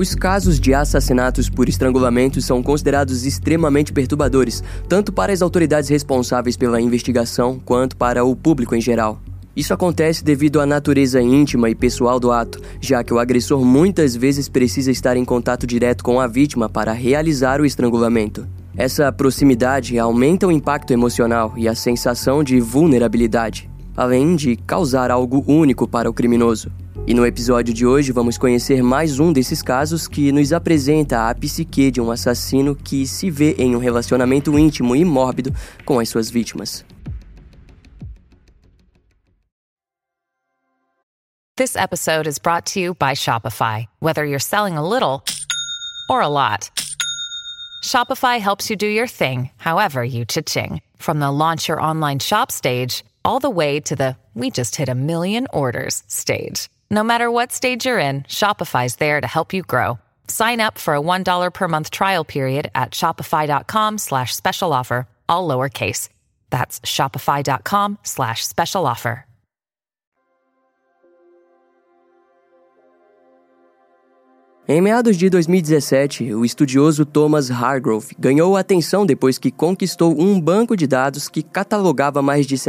Os casos de assassinatos por estrangulamento são considerados extremamente perturbadores, tanto para as autoridades responsáveis pela investigação, quanto para o público em geral. Isso acontece devido à natureza íntima e pessoal do ato, já que o agressor muitas vezes precisa estar em contato direto com a vítima para realizar o estrangulamento. Essa proximidade aumenta o impacto emocional e a sensação de vulnerabilidade, além de causar algo único para o criminoso. E no episódio de hoje vamos conhecer mais um desses casos que nos apresenta a psique de um assassino que se vê em um relacionamento íntimo e mórbido com as suas vítimas. This episode is brought to you by Shopify. Whether you're selling a little or a lot, Shopify helps you do your thing, however you cha-ching. From the launch your online shop stage, all the way to the we just hit 1 million orders stage. No matter what stage you're in, Shopify's there to help you grow. Sign up for a $1 per month trial period at shopify.com/special offer, all lowercase. That's shopify.com/special offer. Em meados de 2017, o estudioso Thomas Hargrove ganhou atenção depois que conquistou um banco de dados que catalogava mais de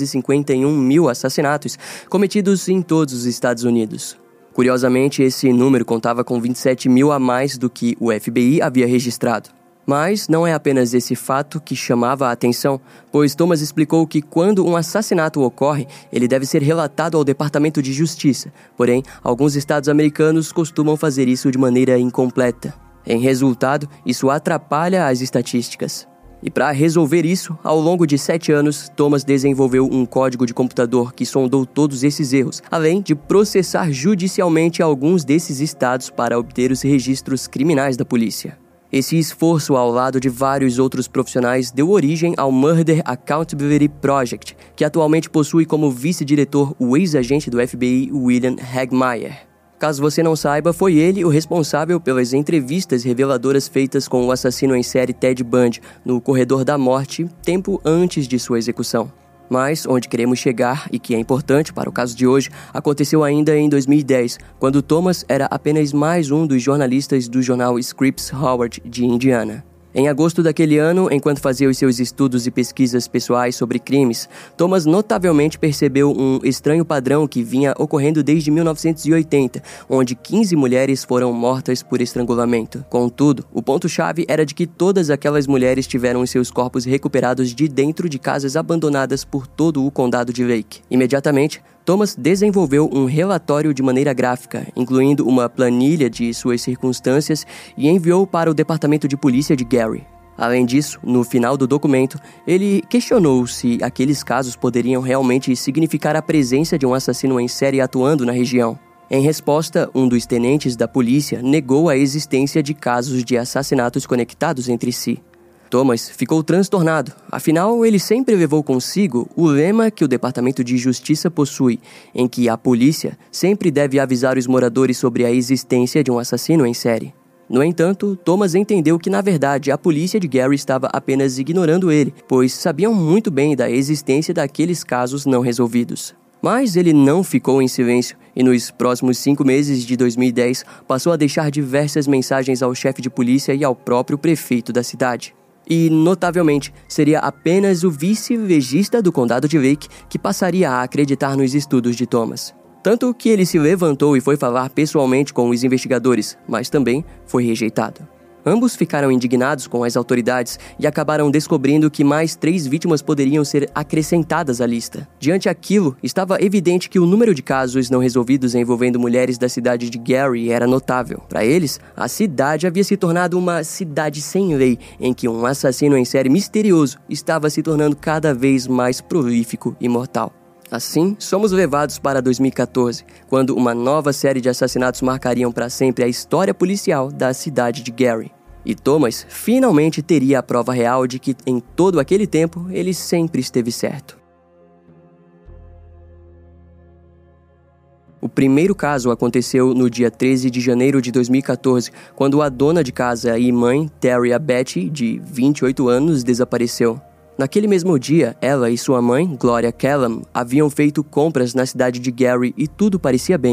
751 mil assassinatos cometidos em todos os Estados Unidos. Curiosamente, esse número contava com 27 mil a mais do que o FBI havia registrado. Mas não é apenas esse fato que chamava a atenção, pois Thomas explicou que quando um assassinato ocorre, ele deve ser relatado ao Departamento de Justiça. Porém, alguns estados americanos costumam fazer isso de maneira incompleta. Em resultado, isso atrapalha as estatísticas. E para resolver isso, ao longo de 7 anos, Thomas desenvolveu um código de computador que sondou todos esses erros, além de processar judicialmente alguns desses estados para obter os registros criminais da polícia. Esse esforço, ao lado de vários outros profissionais, deu origem ao Murder Accountability Project, que atualmente possui como vice-diretor o ex-agente do FBI William Hagmaier. Caso você não saiba, foi ele o responsável pelas entrevistas reveladoras feitas com o assassino em série Ted Bundy no corredor da morte, tempo antes de sua execução. Mas onde queremos chegar, e que é importante para o caso de hoje, aconteceu ainda em 2010, quando Thomas era apenas mais um dos jornalistas do jornal Scripps Howard de Indiana. Em agosto daquele ano, enquanto fazia os seus estudos e pesquisas pessoais sobre crimes, Thomas notavelmente percebeu um estranho padrão que vinha ocorrendo desde 1980, onde 15 mulheres foram mortas por estrangulamento. Contudo, o ponto-chave era de que todas aquelas mulheres tiveram seus corpos recuperados de dentro de casas abandonadas por todo o condado de Lake. Imediatamente, Thomas desenvolveu um relatório de maneira gráfica, incluindo uma planilha de suas circunstâncias, e enviou para o departamento de polícia de Gary. Além disso, no final do documento, ele questionou se aqueles casos poderiam realmente significar a presença de um assassino em série atuando na região. Em resposta, um dos tenentes da polícia negou a existência de casos de assassinatos conectados entre si. Thomas ficou transtornado, afinal ele sempre levou consigo o lema que o Departamento de Justiça possui, em que a polícia sempre deve avisar os moradores sobre a existência de um assassino em série. No entanto, Thomas entendeu que na verdade a polícia de Gary estava apenas ignorando ele, pois sabiam muito bem da existência daqueles casos não resolvidos. Mas ele não ficou em silêncio e nos próximos 5 meses de 2010 passou a deixar diversas mensagens ao chefe de polícia e ao próprio prefeito da cidade. E, notavelmente, seria apenas o vice-legista do condado de Lake que passaria a acreditar nos estudos de Thomas. Tanto que ele se levantou e foi falar pessoalmente com os investigadores, mas também foi rejeitado. Ambos ficaram indignados com as autoridades e acabaram descobrindo que mais 3 vítimas poderiam ser acrescentadas à lista. Diante aquilo, estava evidente que o número de casos não resolvidos envolvendo mulheres da cidade de Gary era notável. Para eles, a cidade havia se tornado uma cidade sem lei, em que um assassino em série misterioso estava se tornando cada vez mais prolífico e mortal. Assim, somos levados para 2014, quando uma nova série de assassinatos marcariam para sempre a história policial da cidade de Gary. E Thomas finalmente teria a prova real de que, em todo aquele tempo, ele sempre esteve certo. O primeiro caso aconteceu no dia 13 de janeiro de 2014, quando a dona de casa e mãe, Terry Betty, de 28 anos, desapareceu. Naquele mesmo dia, ela e sua mãe, Gloria Kellam, haviam feito compras na cidade de Gary e tudo parecia bem.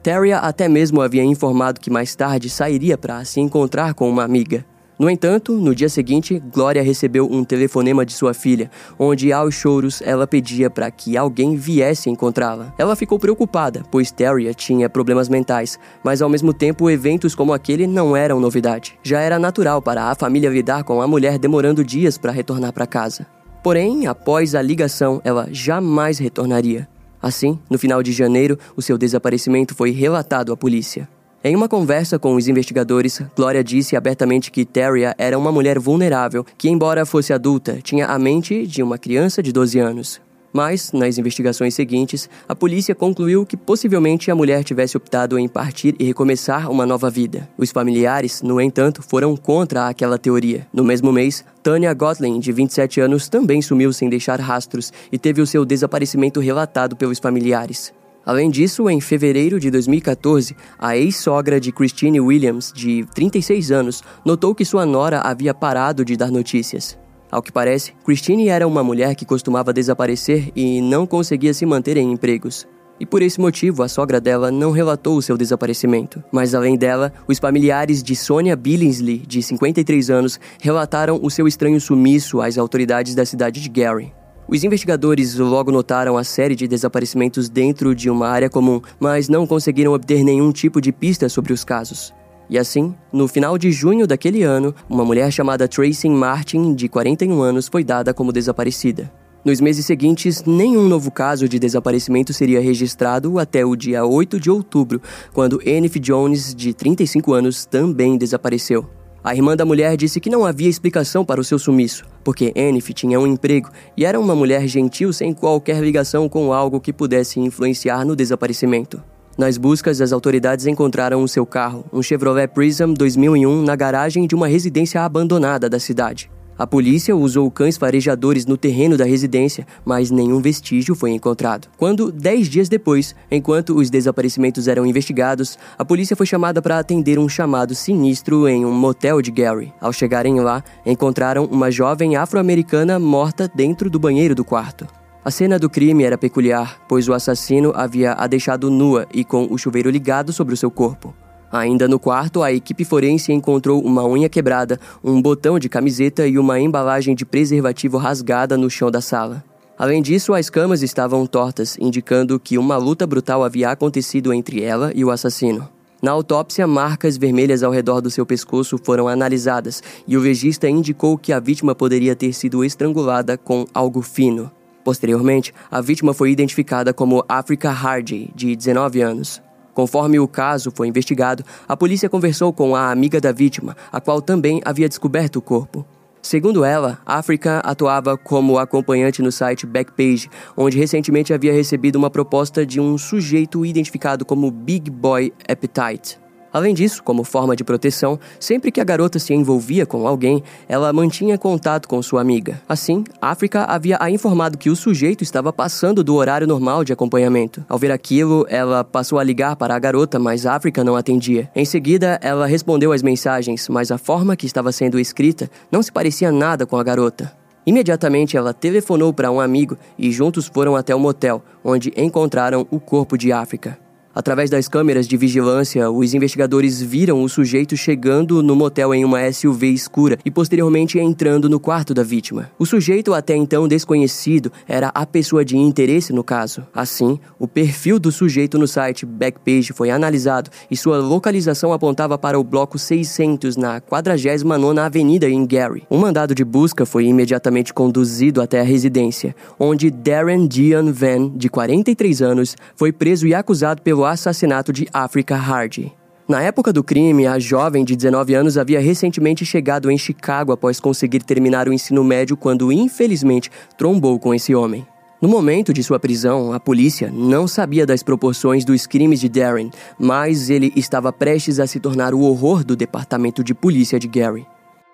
Taria até mesmo havia informado que mais tarde sairia para se encontrar com uma amiga. No entanto, no dia seguinte, Gloria recebeu um telefonema de sua filha, onde aos choros ela pedia para que alguém viesse encontrá-la. Ela ficou preocupada, pois Taria tinha problemas mentais, mas ao mesmo tempo eventos como aquele não eram novidade. Já era natural para a família lidar com a mulher demorando dias para retornar para casa. Porém, após a ligação, ela jamais retornaria. Assim, no final de janeiro, o seu desaparecimento foi relatado à polícia. Em uma conversa com os investigadores, Gloria disse abertamente que Taria era uma mulher vulnerável que, embora fosse adulta, tinha a mente de uma criança de 12 anos. Mas, nas investigações seguintes, a polícia concluiu que possivelmente a mulher tivesse optado em partir e recomeçar uma nova vida. Os familiares, no entanto, foram contra aquela teoria. No mesmo mês, Tanya Gottlieb, de 27 anos, também sumiu sem deixar rastros e teve o seu desaparecimento relatado pelos familiares. Além disso, em fevereiro de 2014, a ex-sogra de Christine Williams, de 36 anos, notou que sua nora havia parado de dar notícias. Ao que parece, Christine era uma mulher que costumava desaparecer e não conseguia se manter em empregos. E por esse motivo, a sogra dela não relatou o seu desaparecimento. Mas além dela, os familiares de Sonia Billingsley, de 53 anos, relataram o seu estranho sumiço às autoridades da cidade de Gary. Os investigadores logo notaram a série de desaparecimentos dentro de uma área comum, mas não conseguiram obter nenhum tipo de pista sobre os casos. E assim, no final de junho daquele ano, uma mulher chamada Tracy Martin, de 41 anos, foi dada como desaparecida. Nos meses seguintes, nenhum novo caso de desaparecimento seria registrado até o dia 8 de outubro, quando Enif Jones, de 35 anos, também desapareceu. A irmã da mulher disse que não havia explicação para o seu sumiço, porque Enif tinha um emprego e era uma mulher gentil sem qualquer ligação com algo que pudesse influenciar no desaparecimento. Nas buscas, as autoridades encontraram o seu carro, um Chevrolet Prism 2001, na garagem de uma residência abandonada da cidade. A polícia usou cães farejadores no terreno da residência, mas nenhum vestígio foi encontrado. Quando, 10 dias depois, enquanto os desaparecimentos eram investigados, a polícia foi chamada para atender um chamado sinistro em um motel de Gary. Ao chegarem lá, encontraram uma jovem afro-americana morta dentro do banheiro do quarto. A cena do crime era peculiar, pois o assassino havia a deixado nua e com o chuveiro ligado sobre o seu corpo. Ainda no quarto, a equipe forense encontrou uma unha quebrada, um botão de camiseta e uma embalagem de preservativo rasgada no chão da sala. Além disso, as camas estavam tortas, indicando que uma luta brutal havia acontecido entre ela e o assassino. Na autópsia, marcas vermelhas ao redor do seu pescoço foram analisadas e o legista indicou que a vítima poderia ter sido estrangulada com algo fino. Posteriormente, a vítima foi identificada como Africa Hardy, de 19 anos. Conforme o caso foi investigado, a polícia conversou com a amiga da vítima, a qual também havia descoberto o corpo. Segundo ela, Africa atuava como acompanhante no site Backpage, onde recentemente havia recebido uma proposta de um sujeito identificado como Big Boy Appetite. Além disso, como forma de proteção, sempre que a garota se envolvia com alguém, ela mantinha contato com sua amiga. Assim, Africa havia a informado que o sujeito estava passando do horário normal de acompanhamento. Ao ver aquilo, ela passou a ligar para a garota, mas Africa não atendia. Em seguida, ela respondeu às mensagens, mas a forma que estava sendo escrita não se parecia nada com a garota. Imediatamente, ela telefonou para um amigo e juntos foram até o motel, onde encontraram o corpo de Africa. Através das câmeras de vigilância, os investigadores viram o sujeito chegando no motel em uma SUV escura e posteriormente entrando no quarto da vítima. O sujeito, até então desconhecido, era a pessoa de interesse no caso. Assim, o perfil do sujeito no site Backpage foi analisado e sua localização apontava para o bloco 600 na 49ª Avenida em Gary. Um mandado de busca foi imediatamente conduzido até a residência, onde Darren Dean Van, de 43 anos, foi preso e acusado pelo assassinato de Africa Hardy. Na época do crime, a jovem de 19 anos havia recentemente chegado em Chicago após conseguir terminar o ensino médio quando, infelizmente, trombou com esse homem. No momento de sua prisão, a polícia não sabia das proporções dos crimes de Darren, mas ele estava prestes a se tornar o horror do departamento de polícia de Gary.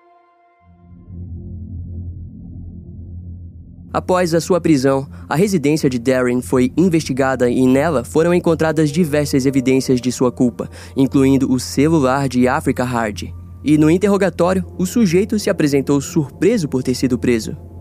Após a sua prisão, a residência de Darren foi investigada e nela foram encontradas diversas evidências de sua culpa, incluindo o celular de Africa Hardy. E no interrogatório, o sujeito se apresentou surpreso por ter sido preso.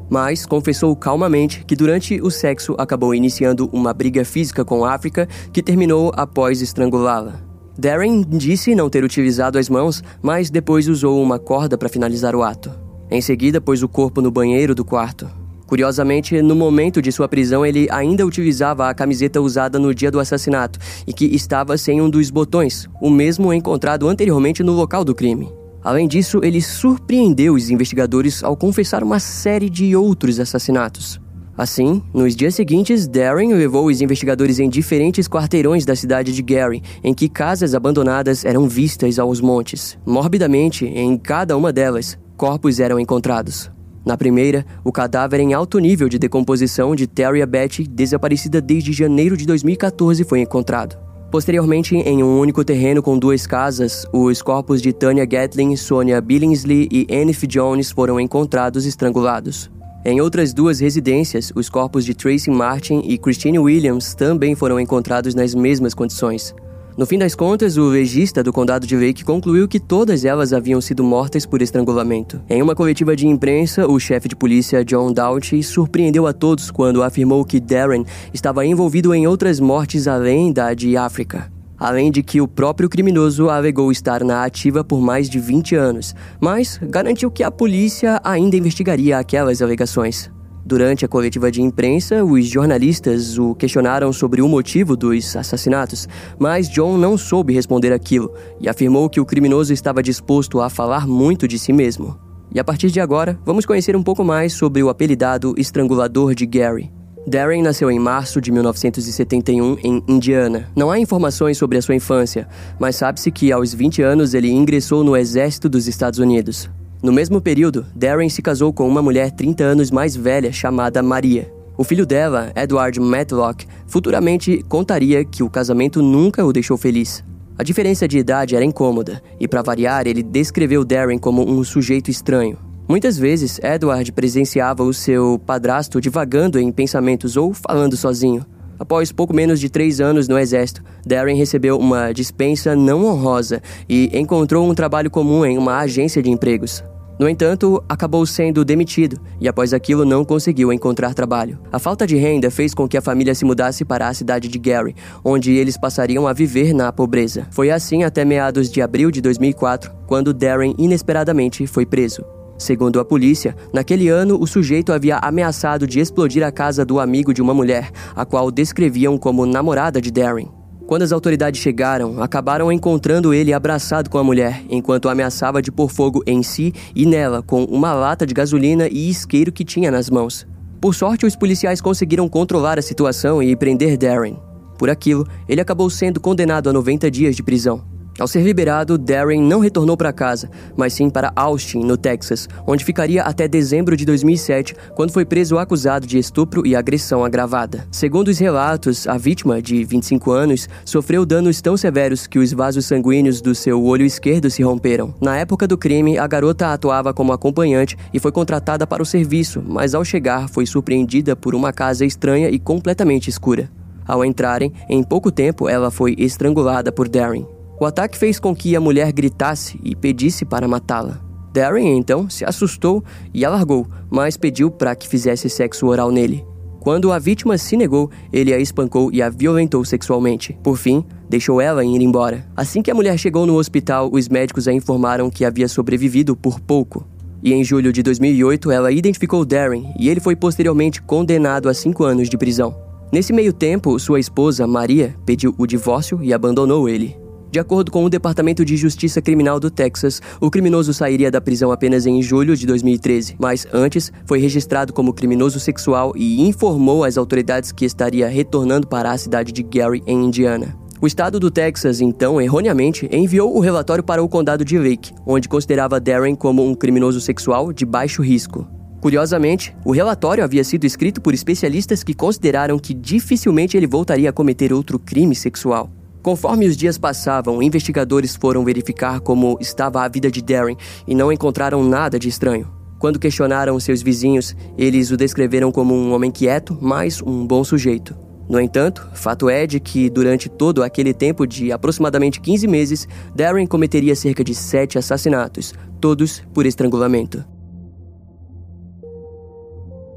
mas confessou calmamente que durante o sexo acabou iniciando uma briga física com África que terminou após estrangulá-la. Darren disse não ter utilizado as mãos, mas depois usou uma corda para finalizar o ato. Em seguida, pôs o corpo no banheiro do quarto. Curiosamente, no momento de sua prisão, ele ainda utilizava a camiseta usada no dia do assassinato e que estava sem um dos botões, o mesmo encontrado anteriormente no local do crime. Além disso, ele surpreendeu os investigadores ao confessar uma série de outros assassinatos. Assim, nos dias seguintes, Darren levou os investigadores em diferentes quarteirões da cidade de Gary, em que casas abandonadas eram vistas aos montes. Morbidamente, em cada uma delas, corpos eram encontrados. Na primeira, o cadáver em alto nível de decomposição de Terry Betty, desaparecida desde janeiro de 2014, foi encontrado. Posteriormente, em um único terreno com 2 casas, os corpos de Tanya Gatlin, Sonia Billingsley e Enif Jones foram encontrados estrangulados. Em outras 2 residências, os corpos de Tracy Martin e Christine Williams também foram encontrados nas mesmas condições. No fim das contas, o legista do condado de Lake concluiu que todas elas haviam sido mortas por estrangulamento. Em uma coletiva de imprensa, o chefe de polícia John Doughty surpreendeu a todos quando afirmou que Darren estava envolvido em outras mortes além da de África. Além de que o próprio criminoso alegou estar na ativa por mais de 20 anos, mas garantiu que a polícia ainda investigaria aquelas alegações. Durante a coletiva de imprensa, os jornalistas o questionaram sobre o motivo dos assassinatos, mas John não soube responder aquilo e afirmou que o criminoso estava disposto a falar muito de si mesmo. E a partir de agora, vamos conhecer um pouco mais sobre o apelidado Estrangulador de Gary. Darren nasceu em março de 1971 em Indiana. Não há informações sobre a sua infância, mas sabe-se que aos 20 anos ele ingressou no exército dos Estados Unidos. No mesmo período, Darren se casou com uma mulher 30 anos mais velha chamada Maria. O filho dela, Edward Matlock, futuramente contaria que o casamento nunca o deixou feliz. A diferença de idade era incômoda, e para variar, ele descreveu Darren como um sujeito estranho. Muitas vezes, Edward presenciava o seu padrasto divagando em pensamentos ou falando sozinho. Após pouco menos de 3 anos no exército, Darren recebeu uma dispensa não honrosa e encontrou um trabalho comum em uma agência de empregos. No entanto, acabou sendo demitido e após aquilo não conseguiu encontrar trabalho. A falta de renda fez com que a família se mudasse para a cidade de Gary, onde eles passariam a viver na pobreza. Foi assim até meados de abril de 2004, quando Darren inesperadamente foi preso. Segundo a polícia, naquele ano o sujeito havia ameaçado de explodir a casa do amigo de uma mulher, a qual descreviam como namorada de Darren. Quando as autoridades chegaram, acabaram encontrando ele abraçado com a mulher, enquanto ameaçava de pôr fogo em si e nela com uma lata de gasolina e isqueiro que tinha nas mãos. Por sorte, os policiais conseguiram controlar a situação e prender Darren. Por aquilo, ele acabou sendo condenado a 90 dias de prisão. Ao ser liberado, Darren não retornou para casa, mas sim para Austin, no Texas, onde ficaria até dezembro de 2007, quando foi preso acusado de estupro e agressão agravada. Segundo os relatos, a vítima, de 25 anos, sofreu danos tão severos que os vasos sanguíneos do seu olho esquerdo se romperam. Na época do crime, a garota atuava como acompanhante e foi contratada para o serviço, mas ao chegar foi surpreendida por uma casa estranha e completamente escura. Ao entrarem, em pouco tempo ela foi estrangulada por Darren. O ataque fez com que a mulher gritasse e pedisse para matá-la. Darren, então, se assustou e a largou, mas pediu para que fizesse sexo oral nele. Quando a vítima se negou, ele a espancou e a violentou sexualmente. Por fim, deixou ela ir embora. Assim que a mulher chegou no hospital, os médicos a informaram que havia sobrevivido por pouco. E em julho de 2008, ela identificou Darren e ele foi posteriormente condenado a 5 anos de prisão. Nesse meio tempo, sua esposa, Maria, pediu o divórcio e abandonou ele. De acordo com o Departamento de Justiça Criminal do Texas, o criminoso sairia da prisão apenas em julho de 2013, mas antes foi registrado como criminoso sexual e informou às autoridades que estaria retornando para a cidade de Gary, em Indiana. O estado do Texas, então, erroneamente, enviou o relatório para o condado de Lake, onde considerava Darren como um criminoso sexual de baixo risco. Curiosamente, o relatório havia sido escrito por especialistas que consideraram que dificilmente ele voltaria a cometer outro crime sexual. Conforme os dias passavam, investigadores foram verificar como estava a vida de Darren e não encontraram nada de estranho. Quando questionaram seus vizinhos, eles o descreveram como um homem quieto, mas um bom sujeito. No entanto, fato é de que durante todo aquele tempo de aproximadamente 15 meses, Darren cometeria cerca de 7 assassinatos, todos por estrangulamento.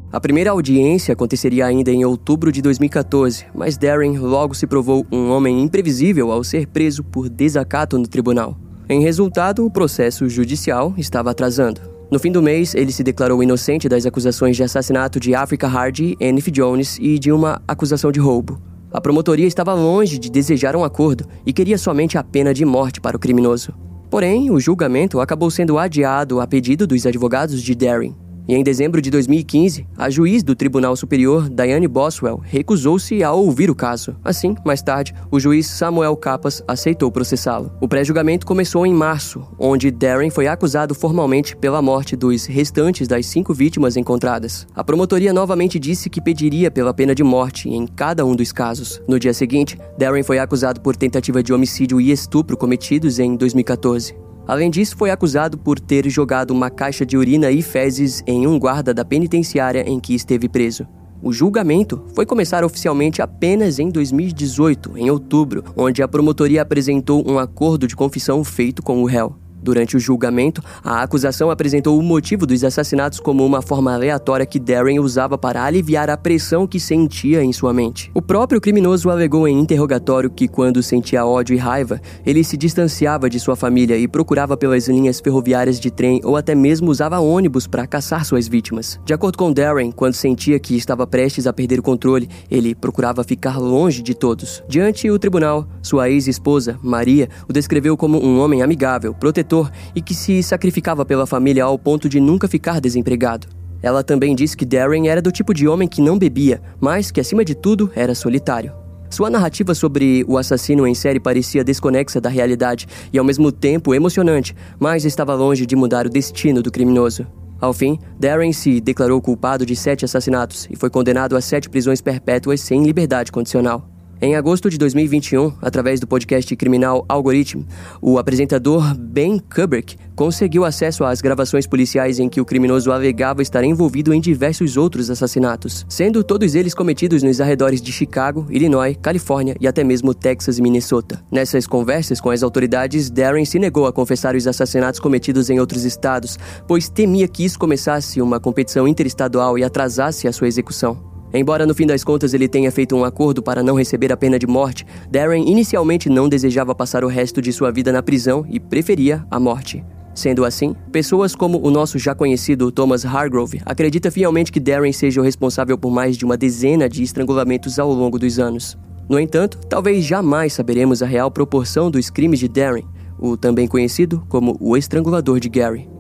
A primeira audiência aconteceria ainda em outubro de 2014, mas Darren logo se provou um homem imprevisível ao ser preso por desacato no tribunal. Em resultado, o processo judicial estava atrasando. No fim do mês, ele se declarou inocente das acusações de assassinato de Africa Hardy, Enif Jones e de uma acusação de roubo. A promotoria estava longe de desejar um acordo e queria somente a pena de morte para o criminoso. Porém, o julgamento acabou sendo adiado a pedido dos advogados de Darren. E em dezembro de 2015, a juiz do Tribunal Superior, Diane Boswell, recusou-se a ouvir o caso. Assim, mais tarde, o juiz Samuel Capas aceitou processá-lo. O pré-julgamento começou em março, onde Darren foi acusado formalmente pela morte dos restantes das 5 vítimas encontradas. A promotoria novamente disse que pediria pela pena de morte em cada um dos casos. No dia seguinte, Darren foi acusado por tentativa de homicídio e estupro cometidos em 2014. Além disso, foi acusado por ter jogado uma caixa de urina e fezes em um guarda da penitenciária em que esteve preso. O julgamento foi começar oficialmente apenas em 2018, em outubro, onde a promotoria apresentou um acordo de confissão feito com o réu. Durante o julgamento, a acusação apresentou o motivo dos assassinatos como uma forma aleatória que Darren usava para aliviar a pressão que sentia em sua mente. O próprio criminoso alegou em interrogatório que, quando sentia ódio e raiva, ele se distanciava de sua família e procurava pelas linhas ferroviárias de trem ou até mesmo usava ônibus para caçar suas vítimas. De acordo com Darren, quando sentia que estava prestes a perder o controle, ele procurava ficar longe de todos. Diante o tribunal, sua ex-esposa, Maria, o descreveu como um homem amigável, protetor e que se sacrificava pela família ao ponto de nunca ficar desempregado. Ela também disse que Darren era do tipo de homem que não bebia, mas que acima de tudo era solitário. Sua narrativa sobre o assassino em série parecia desconexa da realidade e ao mesmo tempo emocionante, mas estava longe de mudar o destino do criminoso. Ao fim, Darren se declarou culpado de 7 assassinatos e foi condenado a 7 prisões perpétuas sem liberdade condicional. Em agosto de 2021, através do podcast criminal Algorithm, o apresentador Ben Kubrick conseguiu acesso às gravações policiais em que o criminoso alegava estar envolvido em diversos outros assassinatos, sendo todos eles cometidos nos arredores de Chicago, Illinois, Califórnia e até mesmo Texas e Minnesota. Nessas conversas com as autoridades, Darren se negou a confessar os assassinatos cometidos em outros estados, pois temia que isso começasse uma competição interestadual e atrasasse a sua execução. Embora no fim das contas ele tenha feito um acordo para não receber a pena de morte, Darren inicialmente não desejava passar o resto de sua vida na prisão e preferia a morte. Sendo assim, pessoas como o nosso já conhecido Thomas Hargrove acreditam fielmente que Darren seja o responsável por mais de uma dezena de estrangulamentos ao longo dos anos. No entanto, talvez jamais saberemos a real proporção dos crimes de Darren, o também conhecido como o estrangulador de Gary.